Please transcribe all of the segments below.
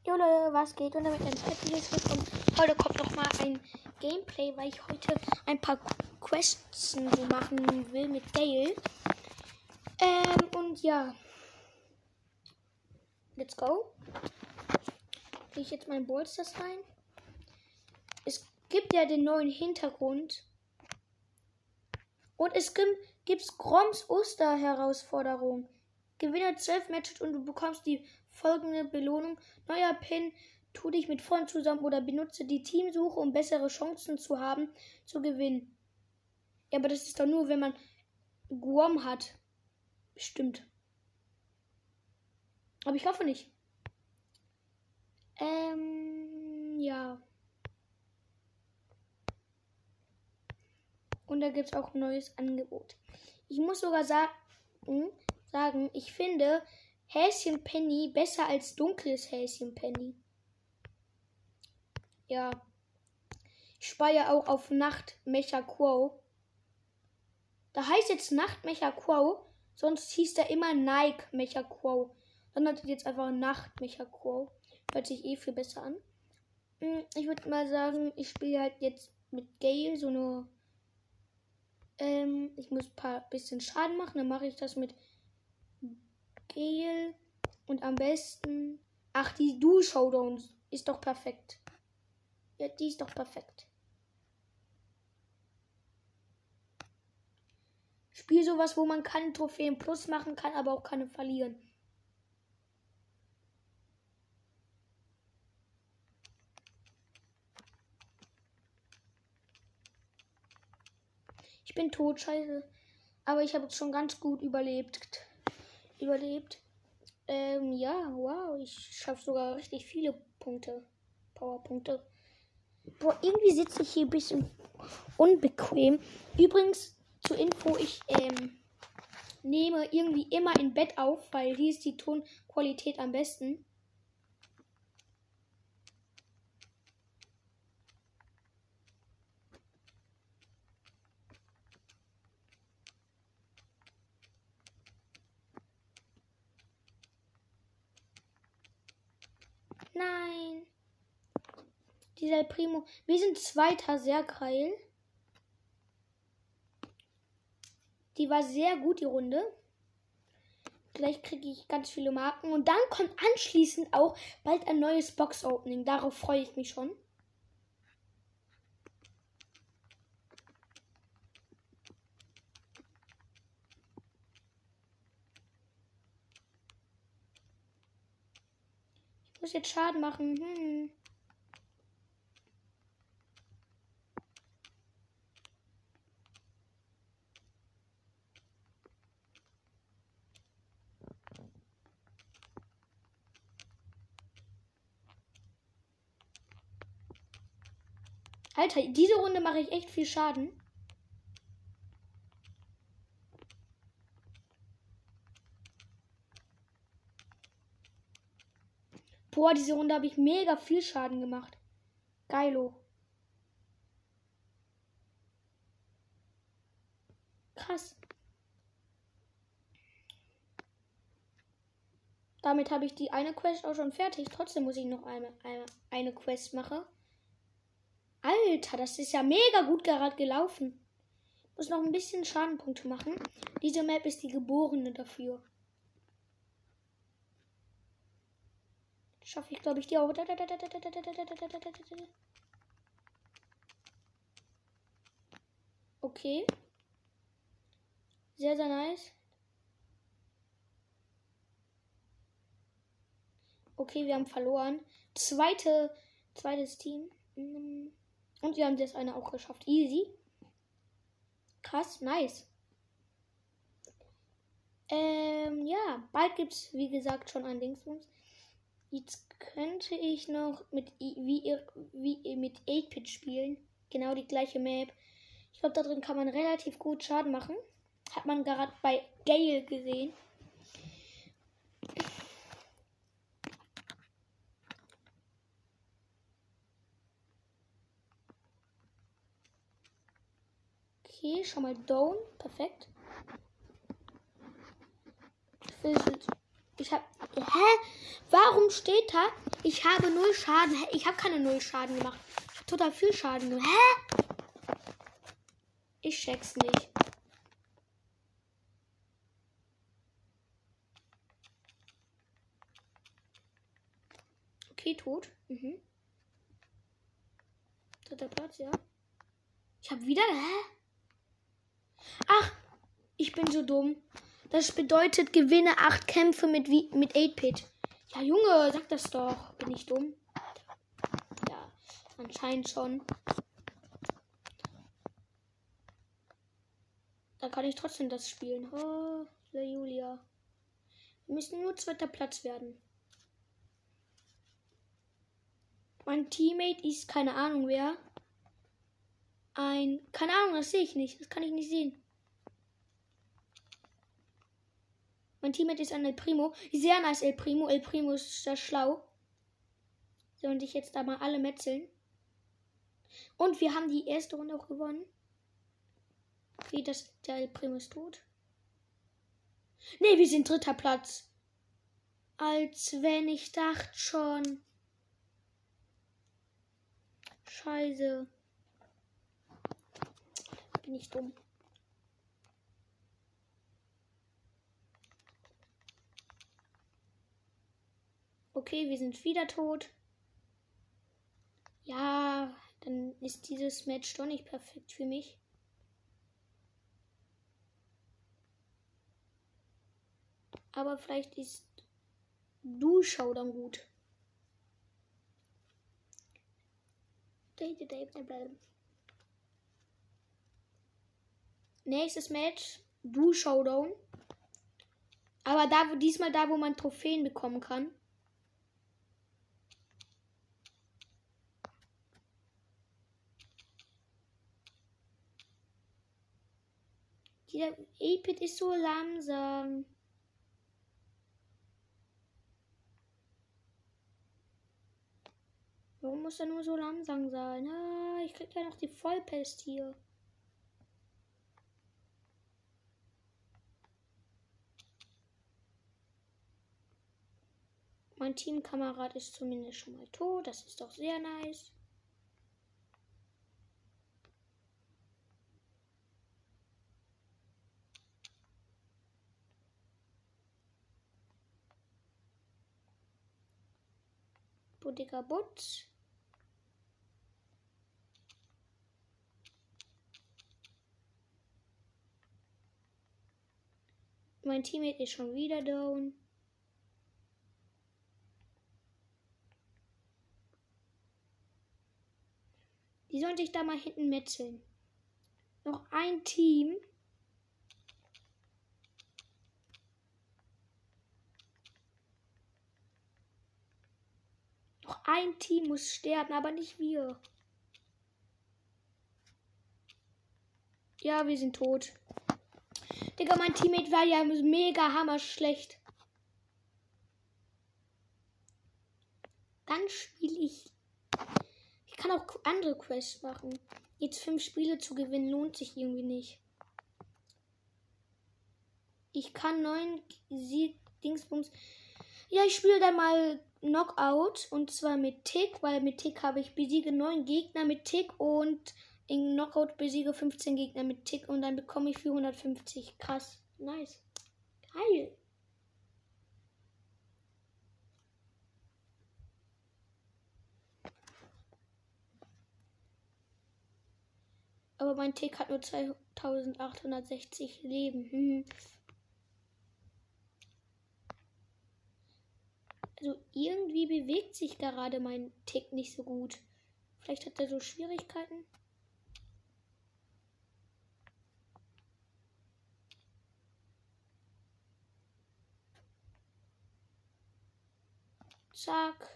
Jo Leute, was geht? Und damit ein herzliches Willkommen. Heute kommt nochmal ein Gameplay, weil ich heute ein paar Quests so machen will mit Gale. Und ja. Let's go. Gehe ich jetzt mein Ballstars rein. Es gibt ja den neuen Hintergrund. Und es gibt Groms Osterherausforderung. Gewinne 12 Matches und du bekommst die folgende Belohnung. Neuer Pin, tu dich mit Freunden zusammen oder benutze die Teamsuche, um bessere Chancen zu haben, zu gewinnen. Ja, aber das ist doch nur, wenn man Grom hat. Bestimmt. Aber ich hoffe nicht. Ja. Und da gibt es auch ein neues Angebot. Ich muss sogar sagen, ich finde Häschenpenny besser als dunkles Häschenpenny. Ja. Ich speichere auch auf Nacht Mecha Quo. Da heißt jetzt Nacht Mecha Quo, sonst hieß der immer Nike Mecha Quo. Dann hat er jetzt einfach Nacht Mecha Quo. Hört sich viel besser an. Ich würde mal sagen, ich spiele halt jetzt mit Gale so nur. Ich muss bisschen Schaden machen, dann mache ich das mit Gale und am besten. Ach, die Duo-Showdown ist doch perfekt. Ja, die ist doch perfekt. Spiel sowas, wo man keine Trophäen plus machen kann, aber auch keine verlieren. Ich bin tot, scheiße. Aber ich habe es schon ganz gut überlebt. Ja, wow. Ich schaffe sogar richtig viele Punkte. Powerpunkte. Boah, irgendwie sitze ich hier ein bisschen unbequem. Übrigens, zur Info, ich nehme irgendwie immer im Bett auf, weil hier ist die Tonqualität am besten. Nein. Dieser Primo. Wir sind Zweiter, sehr geil. Die war sehr gut, die Runde. Gleich kriege ich ganz viele Marken. Und dann kommt anschließend auch bald ein neues Box-Opening. Darauf freue ich mich schon. Ich muss jetzt Schaden machen. Alter, diese Runde mache ich echt viel Schaden. Boah, diese Runde habe ich mega viel Schaden gemacht. Geilo. Krass. Damit habe ich die eine Quest auch schon fertig. Trotzdem muss ich noch eine Quest machen. Alter, das ist ja mega gut gerade gelaufen. Ich muss noch ein bisschen Schadenpunkte machen. Diese Map ist die geborene dafür. Schaffe ich, glaube ich, die auch. Okay. Sehr, sehr nice. Okay, wir haben verloren. Zweites Team. Und wir haben das eine auch geschafft. Easy. Krass, nice. Ja, bald gibt es, wie gesagt, schon ein Dingsbums. Jetzt könnte ich noch mit 8-Bit spielen. Genau die gleiche Map. Ich glaube, da drin kann man relativ gut Schaden machen. Hat man gerade bei Gale gesehen. Okay, schon mal down. Perfekt. Hä? Warum steht da, ich habe 0 Schaden? Hä? Ich habe keine 0 Schaden gemacht. Ich habe total viel Schaden gemacht. Hä? Ich check's nicht. Okay, tot. Mhm. 3. Platz, ja. Ich habe wieder... Hä? Ach, ich bin so dumm. Das bedeutet, gewinne 8 Kämpfe mit 8-Bit. Ja, Junge, sag das doch. Bin ich dumm? Ja, anscheinend schon. Dann kann ich trotzdem das spielen. Oh, Julia. Wir müssen nur 2. Platz werden. Mein Teammate ist keine Ahnung wer. Keine Ahnung, das sehe ich nicht. Das kann ich nicht sehen. Mein Teammate ist ein El Primo. Sehr nice El Primo. El Primo ist sehr schlau. Sollen sich jetzt da mal alle metzeln. Und wir haben die erste Runde auch gewonnen. Okay, der El Primo ist tot. Ne, wir sind 3. Platz. Als wenn ich dachte schon. Scheiße. Bin ich dumm. Okay, wir sind wieder tot. Ja, dann ist dieses Match doch nicht perfekt für mich. Aber vielleicht ist Du-Showdown gut. Nächstes Match, Du-Showdown. Aber diesmal da, wo man Trophäen bekommen kann. Dieser 8-Bit ist so langsam. Warum muss er nur so langsam sein? Ah, ich krieg ja noch die Vollpest hier. Mein Teamkamerad ist zumindest schon mal tot. Das ist doch sehr nice. Dicker Butz. Mein Teammate ist schon wieder down. Die sollen sich da mal hinten metzeln. Noch ein Team. Noch ein Team muss sterben, aber nicht wir. Ja, wir sind tot. Digga, mein Teammate war ja mega hammer schlecht. Dann spiele ich. Ich kann auch andere Quests machen. Jetzt 5 Spiele zu gewinnen lohnt sich irgendwie nicht. Ich kann 9 Dingsbums. Ja, ich spiele dann mal Knockout. Und zwar mit Tick, weil mit Tick habe ich besiege 9 Gegner mit Tick und in Knockout besiege 15 Gegner mit Tick und dann bekomme ich 450. Krass. Nice. Geil. Aber mein Tick hat nur 2860 Leben. Also irgendwie bewegt sich gerade mein Tick nicht so gut. Vielleicht hat er so Schwierigkeiten. Zack.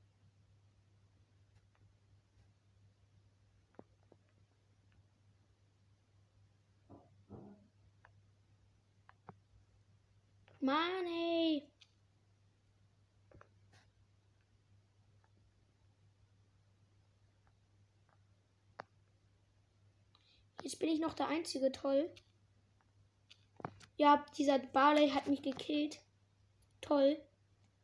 Mann, ey. Jetzt bin ich noch der Einzige, toll. Ja, dieser Barley hat mich gekillt. Toll.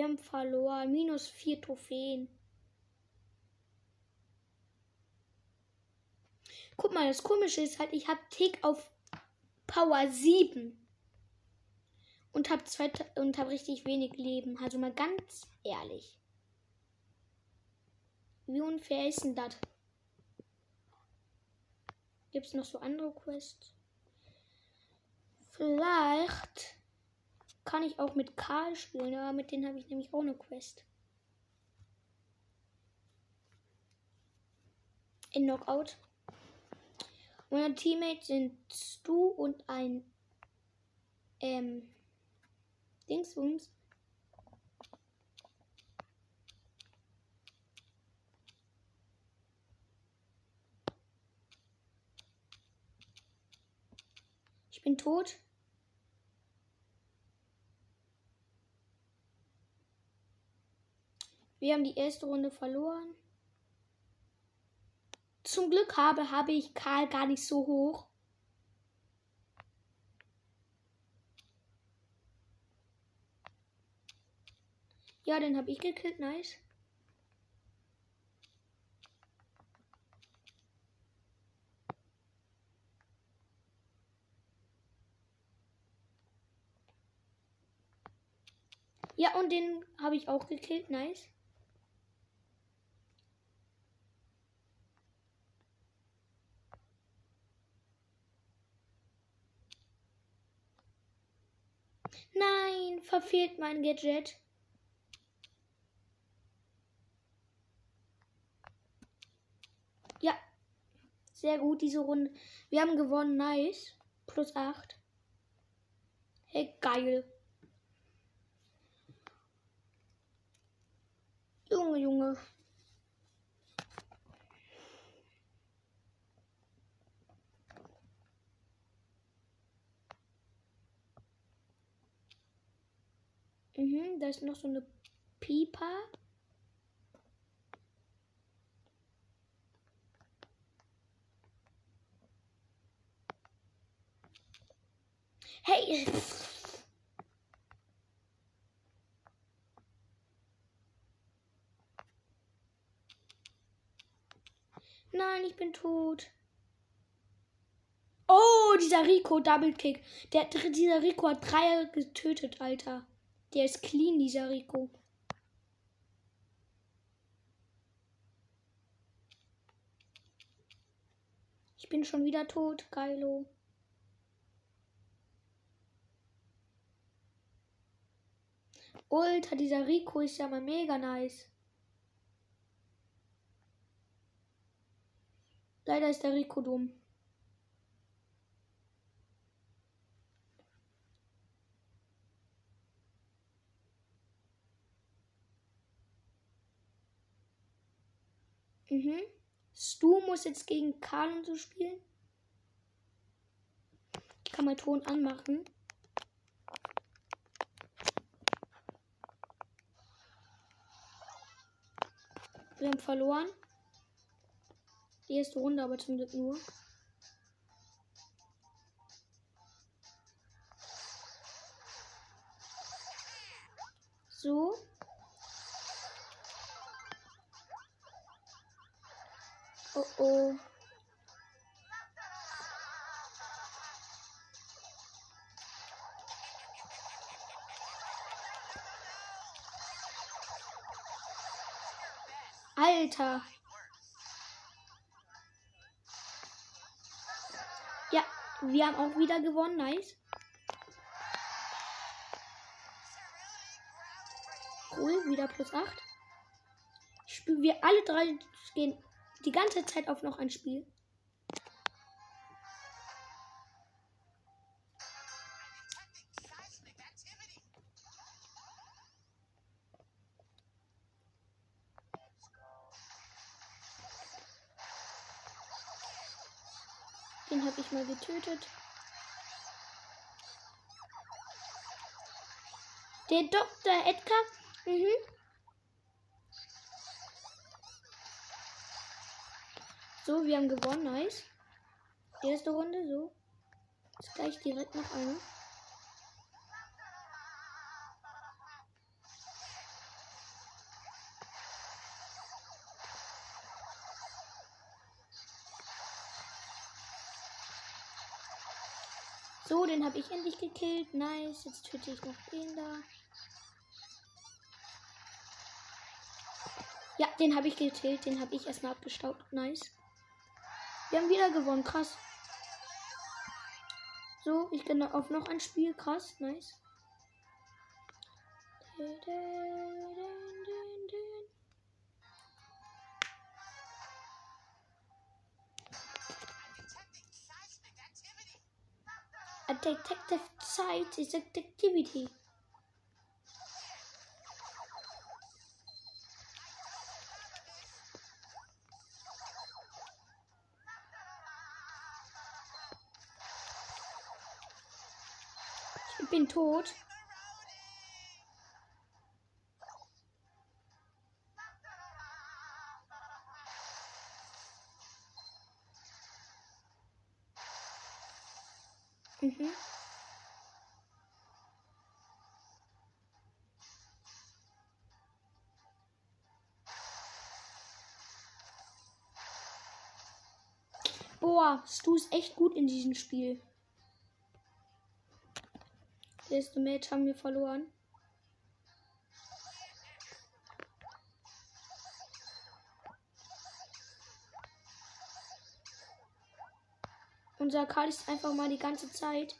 Wir haben verloren. Minus 4 Trophäen. Guck mal, das Komische ist halt, ich habe Tick auf Power 7. Und hab richtig wenig Leben. Also mal ganz ehrlich. Wie unfair ist denn das? Gibt es noch so andere Quests? Vielleicht kann ich auch mit Karl spielen, aber mit denen habe ich nämlich auch eine Quest. In Knockout. Meine Teammates sind Stu und ein Dingsbums. Ich bin tot. Wir haben die erste Runde verloren. Zum Glück habe ich Karl gar nicht so hoch. Ja, den habe ich gekillt. Nice. Ja, und den habe ich auch gekillt. Nice. Nein, verfehlt mein Gadget. Ja, sehr gut diese Runde. Wir haben gewonnen. Nice. Plus 8. Hey, geil. Junge, Junge. Da ist noch so eine Pieper. Hey! Nein, ich bin tot. Oh, dieser Rico Double Kick. Dieser Rico hat 3 getötet, Alter. Der ist clean, dieser Rico. Ich bin schon wieder tot, geilo. Alter, dieser Rico ist ja mal mega nice. Leider ist der Rico dumm. Stu muss jetzt gegen Karl und so spielen. Ich kann mal Ton anmachen. Wir haben verloren. Die erste Runde aber zum Glück nur. So. Oh oh. Alter. Ja, wir haben auch wieder gewonnen. Nice. Cool, wieder plus 8. Wir alle 3 gehen die ganze Zeit auf noch ein Spiel. Den habe ich mal getötet. Der Dr. Edgar. So, wir haben gewonnen. Nice. Erste Runde, so. Jetzt gleich direkt noch eine. So, den habe ich endlich gekillt. Nice. Jetzt töte ich noch den da. Ja, den habe ich gekillt. Den habe ich erstmal abgestaubt. Nice. Wir haben wieder gewonnen. Krass. So, ich gehe auf noch ein Spiel. Krass. Nice. A detective site is activity. Ich bin tot. Mhm. Boah, Stu ist echt gut in diesem Spiel. Das erste Match haben wir verloren. Unser Karl ist einfach mal die ganze Zeit.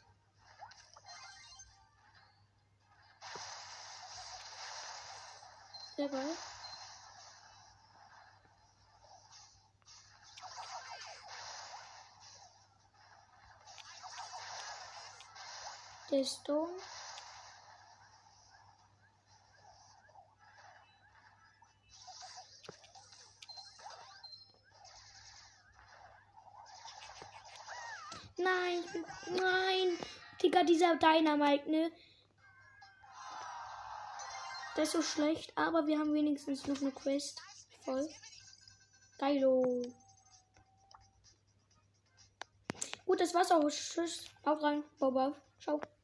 Sehr geil. Der ist dumm. Nein, nein. Digga, dieser Dynamite, ne? Der ist so schlecht, aber wir haben wenigstens noch eine Quest. Voll. Geilo. Gut, das war's auch. Tschüss. Haut rein. Baba. Ciao.